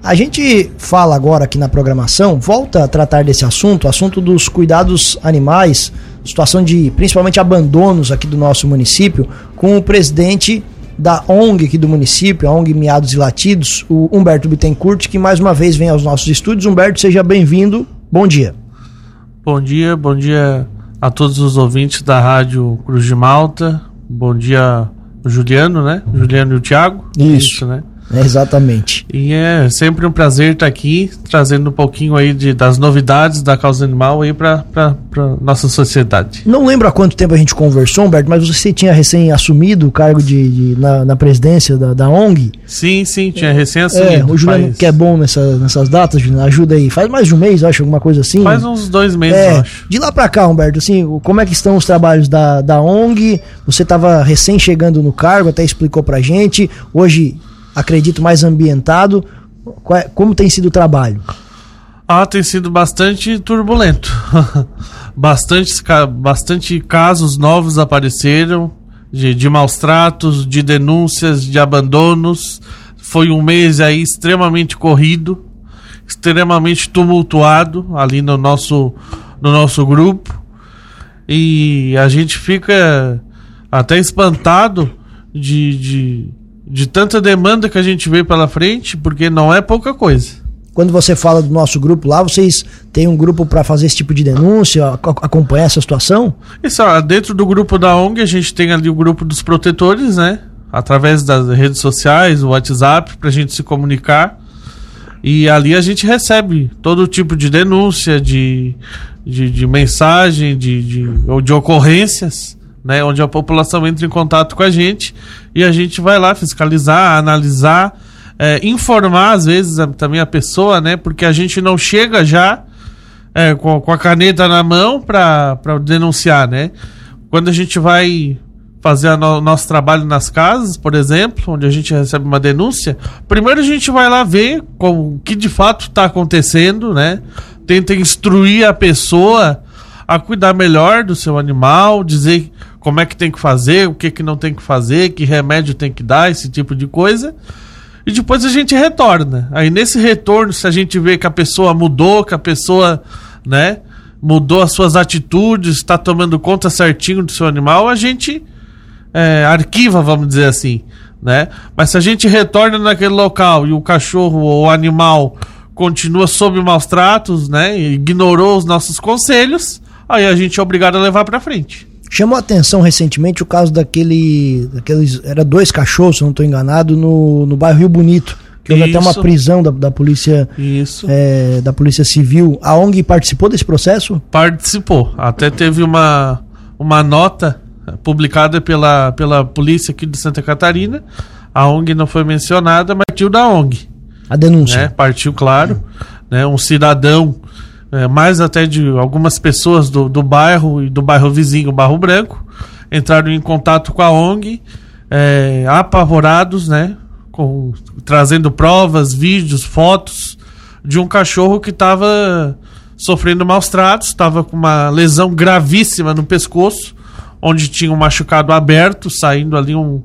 A gente fala agora aqui na programação, volta a tratar desse assunto dos cuidados animais, situação de principalmente abandonos aqui do nosso município, com o presidente da ONG aqui do município, a ONG Miados e Latidos, o Humberto Bittencourt, que mais uma vez vem aos nossos estúdios. Humberto, seja bem-vindo, bom dia. Bom dia a todos os ouvintes da Rádio Cruz de Malta, bom dia o Juliano, né? O Juliano e o Thiago. Isso, né? Exatamente. E é sempre um prazer estar aqui, trazendo um pouquinho aí das novidades da causa animal aí para nossa sociedade. Não lembro há quanto tempo a gente conversou, Humberto, mas você tinha recém assumido o cargo na presidência da ONG? Sim, tinha recém assumido. O Juliano, que é bom nessas datas, Juliano, ajuda aí. Faz mais de um mês, acho, alguma coisa assim. Faz uns 2 meses, eu acho. De lá pra cá, Humberto, assim, como é que estão os trabalhos da ONG? Você estava recém chegando no cargo, até explicou pra gente. Hoje, acredito, mais ambientado. Como tem sido o trabalho? Tem sido bastante turbulento. Bastante casos novos apareceram, de maus tratos, de denúncias, de abandonos. Foi um mês aí extremamente corrido, extremamente tumultuado ali no nosso grupo. E a gente fica até espantado de tanta demanda que a gente vê pela frente, porque não é pouca coisa. Quando você fala do nosso grupo lá, vocês têm um grupo para fazer esse tipo de denúncia, acompanhar essa situação? Isso, dentro do grupo da ONG, a gente tem ali o grupo dos protetores, né? Através das redes sociais, o WhatsApp, pra gente se comunicar. E ali a gente recebe todo tipo de denúncia, de mensagem, ou de ocorrências, né, onde a população entra em contato com a gente e a gente vai lá fiscalizar, analisar, informar às vezes também a pessoa, né, porque a gente não chega já com a caneta na mão para denunciar, né. Quando a gente vai fazer o nosso trabalho nas casas, por exemplo, onde a gente recebe uma denúncia, primeiro a gente vai lá ver o que de fato está acontecendo, né, tenta instruir a pessoa a cuidar melhor do seu animal, dizer como é que tem que fazer, o que não tem que fazer, que remédio tem que dar, esse tipo de coisa. E depois a gente retorna. Aí nesse retorno, se a gente vê que a pessoa mudou, que a pessoa, né, mudou as suas atitudes, está tomando conta certinho do seu animal, a gente arquiva, vamos dizer assim, né? Mas se a gente retorna naquele local e o cachorro ou o animal continua sob maus tratos, né, e ignorou os nossos conselhos, aí a gente é obrigado a levar para frente. Chamou a atenção recentemente o caso daqueles, era 2 cachorros, se eu não estou enganado, no bairro Rio Bonito, que houve até uma prisão da polícia, da polícia civil. A ONG participou desse processo? Participou, até teve uma nota publicada pela polícia aqui de Santa Catarina. A ONG não foi mencionada, mas partiu da ONG. A denúncia. Né? Partiu, claro, né? Um cidadão, mais até de algumas pessoas do bairro e do bairro vizinho, Barro Branco, entraram em contato com a ONG, apavorados, né? Trazendo provas, vídeos, fotos de um cachorro que estava sofrendo maus tratos, estava com uma lesão gravíssima no pescoço, onde tinha um machucado aberto, saindo ali um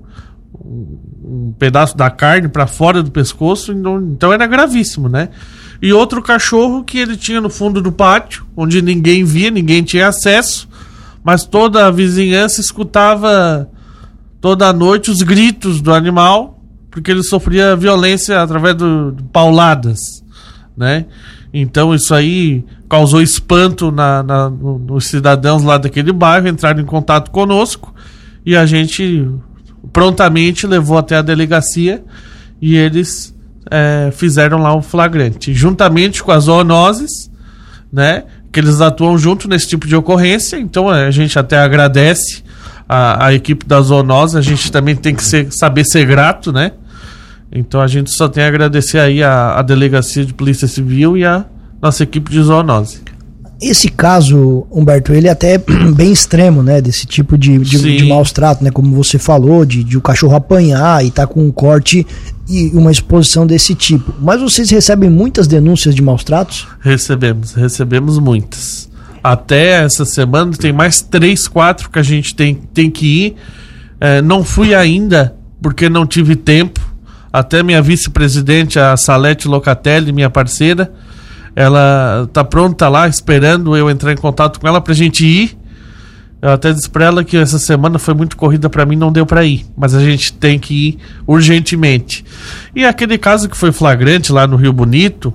pedaço da carne para fora do pescoço, então era gravíssimo, né? E outro cachorro que ele tinha no fundo do pátio, onde ninguém via, ninguém tinha acesso, mas toda a vizinhança escutava toda noite os gritos do animal, porque ele sofria violência através de pauladas, né? Então isso aí causou espanto nos cidadãos lá daquele bairro, entraram em contato conosco e a gente prontamente levou até a delegacia e eles fizeram lá o flagrante, juntamente com as zoonoses, né, que eles atuam junto nesse tipo de ocorrência. Então a gente até agradece a equipe da zoonose, a gente também tem que saber ser grato, né? Então a gente só tem a agradecer aí a Delegacia de Polícia Civil e a nossa equipe de zoonose. Esse caso, Humberto, ele é até bem extremo, né? Desse tipo de maus tratos, né? Como você falou, de o cachorro apanhar e tá com um corte e uma exposição desse tipo. Mas vocês recebem muitas denúncias de maus tratos? Recebemos muitas. Até essa semana tem mais 3, 4 que a gente tem que ir. Não fui ainda porque não tive tempo. Até minha vice-presidente, a Salete Locatelli, minha parceira, ela tá pronta lá, esperando eu entrar em contato com ela pra gente ir. Eu até disse pra ela que essa semana foi muito corrida pra mim, não deu pra ir. Mas a gente tem que ir urgentemente. E aquele caso que foi flagrante lá no Rio Bonito,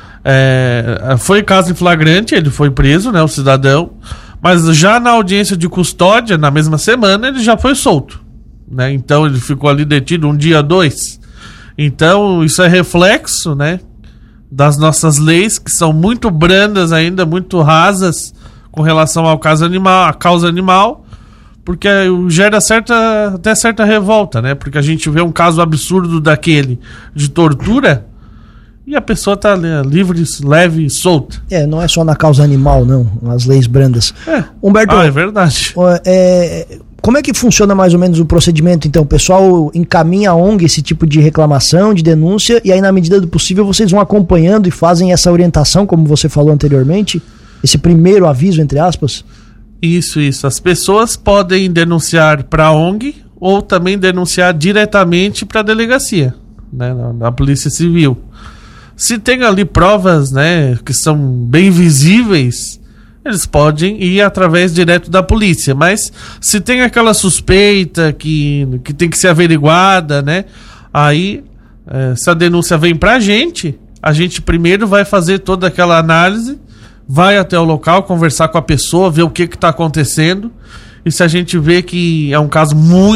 foi caso em flagrante, ele foi preso, né, o cidadão. Mas já na audiência de custódia, na mesma semana, ele já foi solto, né? Então ele ficou ali detido 1 dia, 2. Então isso é reflexo, né, das nossas leis, que são muito brandas ainda, muito rasas com relação ao caso animal, a causa animal, porque gera até certa revolta, né? Porque a gente vê um caso absurdo daquele de tortura e a pessoa tá livre, leve e solta. Não é só na causa animal, não, as leis brandas. Humberto, é verdade. Como é que funciona mais ou menos o procedimento, então? O pessoal encaminha a ONG esse tipo de reclamação, de denúncia, e aí na medida do possível vocês vão acompanhando e fazem essa orientação, como você falou anteriormente? Esse primeiro aviso, entre aspas? Isso. As pessoas podem denunciar para a ONG ou também denunciar diretamente para a delegacia, né, na Polícia Civil. Se tem ali provas, né, que são bem visíveis, eles podem ir através direto da polícia. Mas se tem aquela suspeita que tem que ser averiguada, né, aí se a denúncia vem para a gente primeiro vai fazer toda aquela análise, vai até o local, conversar com a pessoa, ver o que está acontecendo. E se a gente vê que é um caso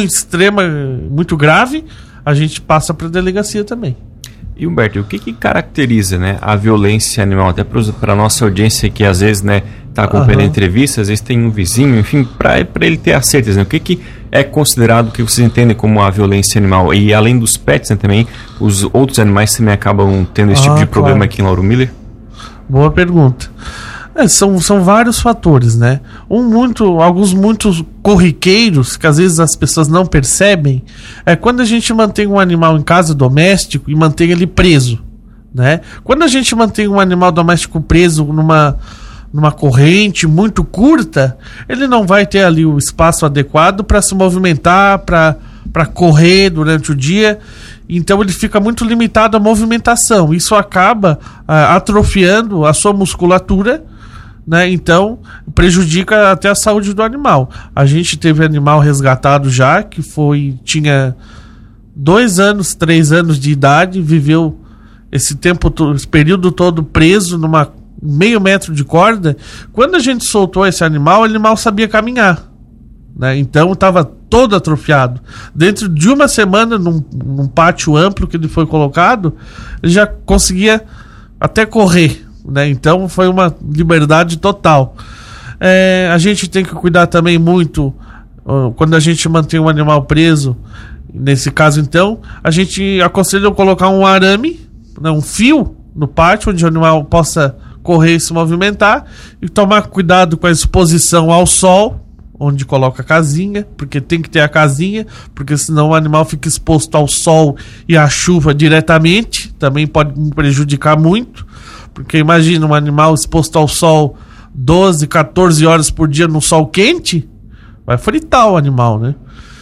muito grave, a gente passa para a delegacia também. E Humberto, o que caracteriza, né, a violência animal? Até para a nossa audiência que às vezes, né, está acompanhando a entrevista, às vezes tem um vizinho, enfim, para ele ter a certeza, né? O que é considerado, o que vocês entendem como a violência animal? E além dos pets, né, também, os outros animais também acabam tendo esse tipo de problema aqui em Lauro Miller? Boa pergunta. São vários fatores, né? Alguns muito corriqueiros, que às vezes as pessoas não percebem, é quando a gente mantém um animal em casa doméstico e mantém ele preso, né? Quando a gente mantém um animal doméstico preso numa corrente muito curta, ele não vai ter ali o espaço adequado para se movimentar, para correr durante o dia. Então ele fica muito limitado à movimentação. Isso acaba atrofiando a sua musculatura, né? Então prejudica até a saúde do animal. A gente teve animal resgatado já, que tinha 2 anos, 3 anos de idade, viveu esse período todo preso numa meio metro de corda. Quando a gente soltou esse animal, o animal sabia caminhar, né? Então estava todo atrofiado. Dentro de uma semana, num pátio amplo que ele foi colocado, ele já conseguia até correr, né? Então foi uma liberdade total. A gente tem que cuidar também muito quando a gente mantém um animal preso. Nesse caso, então, a gente aconselha colocar um arame, né, um fio no pátio onde o animal possa correr e se movimentar, e tomar cuidado com a exposição ao sol onde coloca a casinha, porque tem que ter a casinha, porque senão o animal fica exposto ao sol e à chuva diretamente, também pode me prejudicar muito, porque imagina um animal exposto ao sol 12, 14 horas por dia no sol quente, vai fritar o animal, né?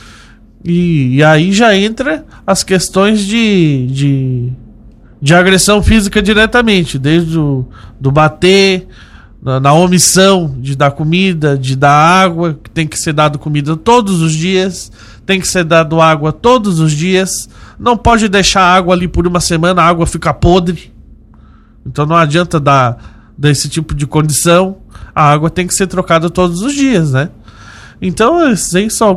E aí já entra as questões de agressão física diretamente, desde do bater, na omissão de dar comida, de dar água, que tem que ser dado comida todos os dias, tem que ser dado água todos os dias, não pode deixar a água ali por uma semana, a água fica podre, então não adianta dar esse tipo de condição, a água tem que ser trocada todos os dias, né? Então, esses são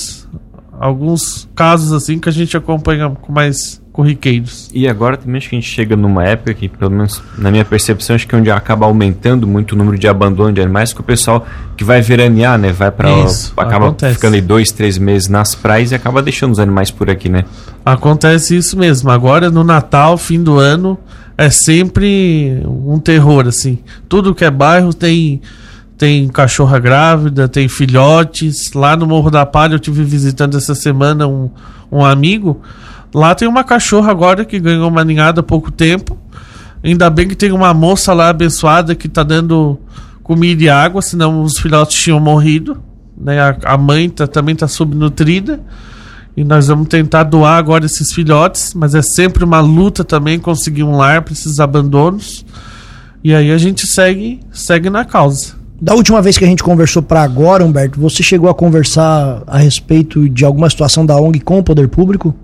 alguns casos assim que a gente acompanha com mais corriqueiros. E agora também acho que a gente chega numa época que, pelo menos na minha percepção, acho que é onde acaba aumentando muito o número de abandono de animais, que o pessoal que vai veranear, né, vai para acaba acontece. Ficando aí 2, 3 meses nas praias e acaba deixando os animais por aqui, né? Acontece isso mesmo. Agora no Natal, fim do ano, é sempre um terror, assim. Tudo que é bairro tem cachorra grávida, tem filhotes. Lá no Morro da Palha eu tive visitando essa semana um amigo. Lá tem uma cachorra agora que ganhou uma ninhada há pouco tempo. Ainda bem que tem uma moça lá abençoada que tá dando comida e água, senão os filhotes tinham morrido, né? A mãe também tá subnutrida. E nós vamos tentar doar agora esses filhotes, mas é sempre uma luta também conseguir um lar para esses abandonos. E aí a gente segue na causa. Da última vez que a gente conversou para agora, Humberto, você chegou a conversar a respeito de alguma situação da ONG com o poder público?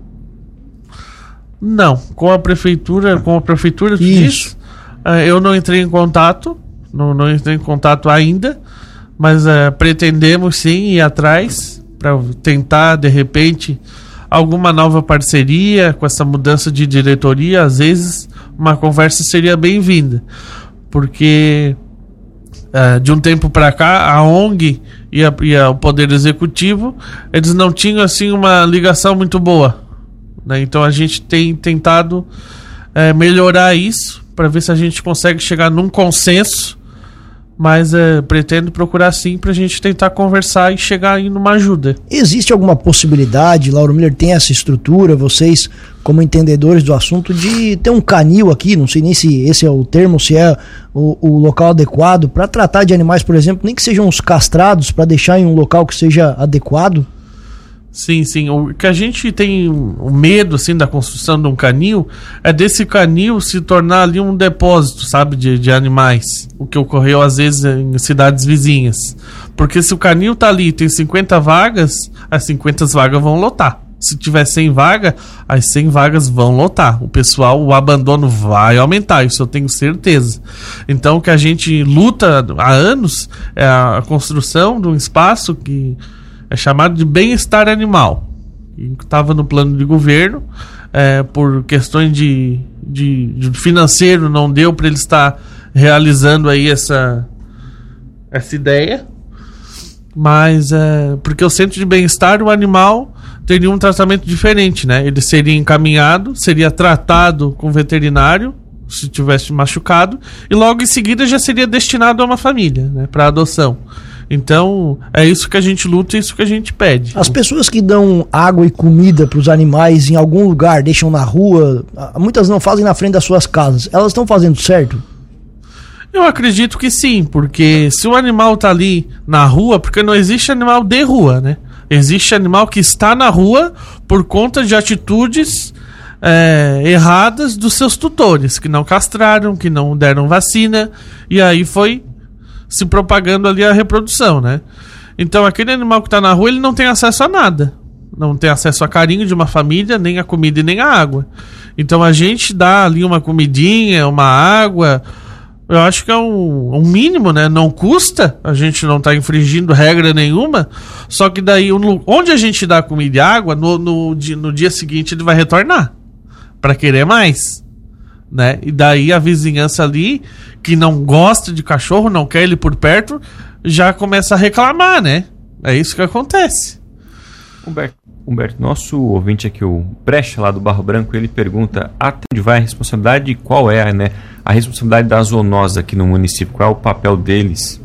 Não, com a prefeitura tu diz, eu não entrei em contato, não entrei em contato ainda, mas pretendemos sim ir atrás para tentar, de repente, alguma nova parceria com essa mudança de diretoria. Às vezes uma conversa seria bem-vinda, porque de um tempo para cá a ONG e o Poder Executivo, eles não tinham assim uma ligação muito boa, né? Então a gente tem tentado melhorar isso para ver se a gente consegue chegar num consenso, mas pretendo procurar sim pra gente tentar conversar e chegar aí numa ajuda. Existe alguma possibilidade, Lauro Miller tem essa estrutura, vocês como entendedores do assunto, de ter um canil aqui, não sei nem se esse é o termo, se é o local adequado para tratar de animais, por exemplo, nem que sejam os castrados, para deixar em um local que seja adequado? Sim, sim. O que a gente tem o medo assim da construção de um canil é desse canil se tornar ali um depósito, sabe, de animais. O que ocorreu às vezes em cidades vizinhas. Porque se o canil tá ali e tem 50 vagas, as 50 vagas vão lotar. Se tiver 100 vagas, as 100 vagas vão lotar. O abandono vai aumentar, isso eu tenho certeza. Então o que a gente luta há anos é a construção de um espaço que é chamado de bem-estar animal. Estava no plano de governo, por questões de financeiro, não deu para ele estar realizando aí essa ideia. Mas porque o centro de bem-estar, o animal teria um tratamento diferente, né? Ele seria encaminhado, seria tratado com veterinário, se tivesse machucado, e logo em seguida já seria destinado a uma família, né, para adoção. Então, é isso que a gente luta e isso que a gente pede. As pessoas que dão água e comida para os animais em algum lugar, deixam na rua, muitas não fazem na frente das suas casas, elas estão fazendo certo? Eu acredito que sim, porque se o animal tá ali na rua, porque não existe animal de rua, né? Existe animal que está na rua por conta de atitudes erradas dos seus tutores, que não castraram, que não deram vacina, e aí foi se propagando ali a reprodução, né? Então aquele animal que está na rua, ele não tem acesso a nada, não tem acesso a carinho de uma família, nem a comida e nem a água. Então a gente dá ali uma comidinha, uma água, eu acho que é um mínimo, né? Não custa, a gente não está infringindo regra nenhuma, só que daí onde a gente dá comida e água, no dia seguinte ele vai retornar para querer mais, né? E daí a vizinhança ali, que não gosta de cachorro, não quer ele por perto, já começa a reclamar, né? É isso que acontece. Humberto, nosso ouvinte aqui, o Brecha lá do Barro Branco, ele pergunta até onde vai a responsabilidade, qual é, né, a responsabilidade das zoonoses aqui no município, qual é o papel deles?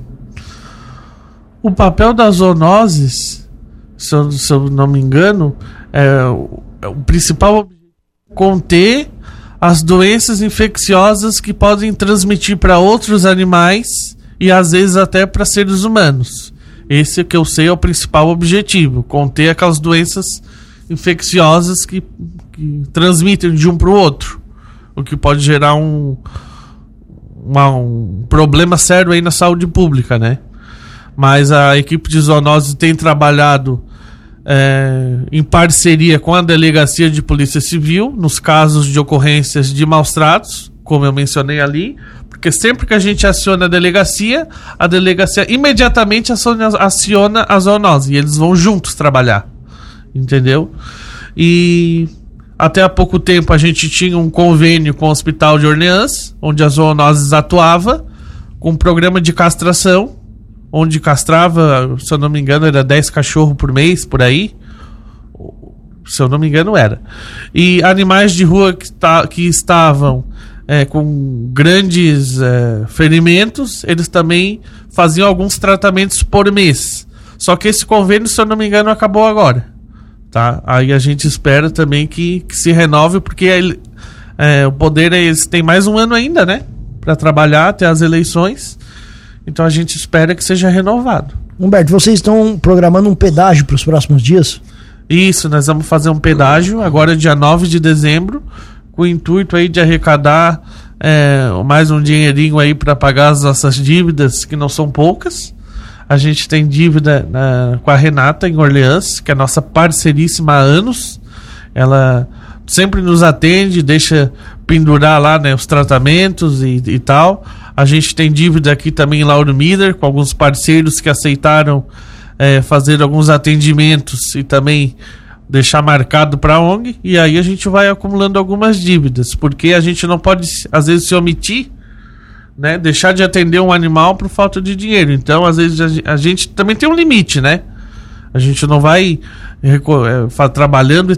O papel das zoonoses, se eu não me engano, o principal objetivo é conter as doenças infecciosas que podem transmitir para outros animais e às vezes até para seres humanos. Esse que eu sei é o principal objetivo, conter aquelas doenças infecciosas que transmitem de um para o outro, o que pode gerar um problema sério aí na saúde pública, né? Mas a equipe de zoonose tem trabalhado em parceria com a Delegacia de Polícia Civil nos casos de ocorrências de maus-tratos, como eu mencionei ali, porque sempre que a gente aciona a delegacia imediatamente aciona a zoonose e eles vão juntos trabalhar, entendeu? E até há pouco tempo a gente tinha um convênio com o Hospital de Orleans, onde a zoonose atuava com um programa de castração, onde castrava, se eu não me engano, era 10 cachorros por mês, por aí. Se eu não me engano, era. E animais de rua que estavam com grandes ferimentos, eles também faziam alguns tratamentos por mês. Só que esse convênio, se eu não me engano, acabou agora. Tá? Aí a gente espera também que se renove, porque o poder, eles têm mais um ano ainda, né? Para trabalhar até as eleições. Então a gente espera que seja renovado. Humberto, vocês estão programando um pedágio para os próximos dias? Isso, nós vamos fazer um pedágio agora dia 9 de dezembro, com o intuito aí de arrecadar mais um dinheirinho aí para pagar as nossas dívidas, que não são poucas. A gente tem dívida com a Renata em Orleans, que é nossa parceiríssima há anos. Ela sempre nos atende, deixa pendurar lá, né, os tratamentos e tal. A gente tem dívida aqui também em Lauro Miller, com alguns parceiros que aceitaram fazer alguns atendimentos e também deixar marcado para a ONG. E aí a gente vai acumulando algumas dívidas, porque a gente não pode, às vezes, se omitir, né, deixar de atender um animal por falta de dinheiro. Então, às vezes, a gente também tem um limite, né? A gente não vai trabalhando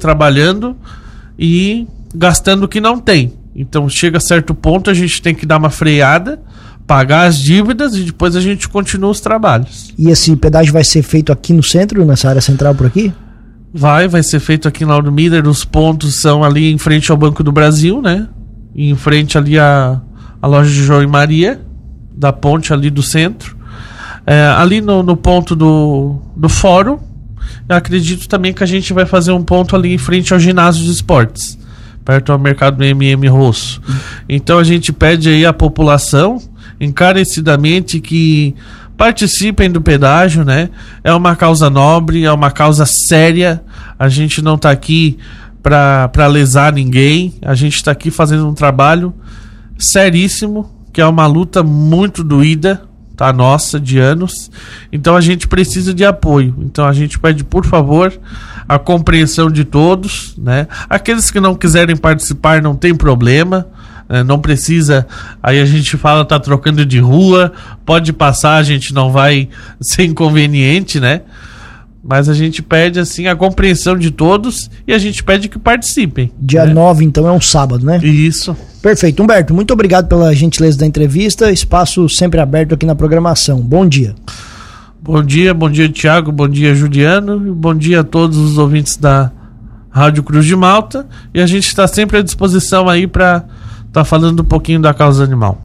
e gastando o que não tem. Então, chega a certo ponto, a gente tem que dar uma freada, pagar as dívidas e depois a gente continua os trabalhos. E esse pedágio vai ser feito aqui no centro, nessa área central por aqui? Vai ser feito aqui em Lauro Miller. Os pontos são ali em frente ao Banco do Brasil, né? E em frente ali a loja de João e Maria, da ponte ali do centro. Ali no ponto do fórum, eu acredito também que a gente vai fazer um ponto ali em frente ao ginásio de esportes, perto ao mercado MM Rosso. Então a gente pede aí à população encarecidamente que participem do pedágio, né? É uma causa nobre, é uma causa séria. A gente não está aqui para lesar ninguém. A gente está aqui fazendo um trabalho seríssimo, que é uma luta muito doída, tá, nossa, de anos. Então a gente precisa de apoio. Então a gente pede, por favor, a compreensão de todos, né? Aqueles que não quiserem participar, não tem problema, não precisa. Aí a gente fala, tá trocando de rua, pode passar, a gente não vai ser inconveniente, né? Mas a gente pede, assim, a compreensão de todos e a gente pede que participem. Dia 9, então, é um sábado, né? Isso. Perfeito. Humberto, muito obrigado pela gentileza da entrevista. Espaço sempre aberto aqui na programação. Bom dia. Bom dia, Thiago, bom dia, Juliano, e bom dia a todos os ouvintes da Rádio Cruz de Malta. E a gente está sempre à disposição aí para estar falando um pouquinho da causa animal.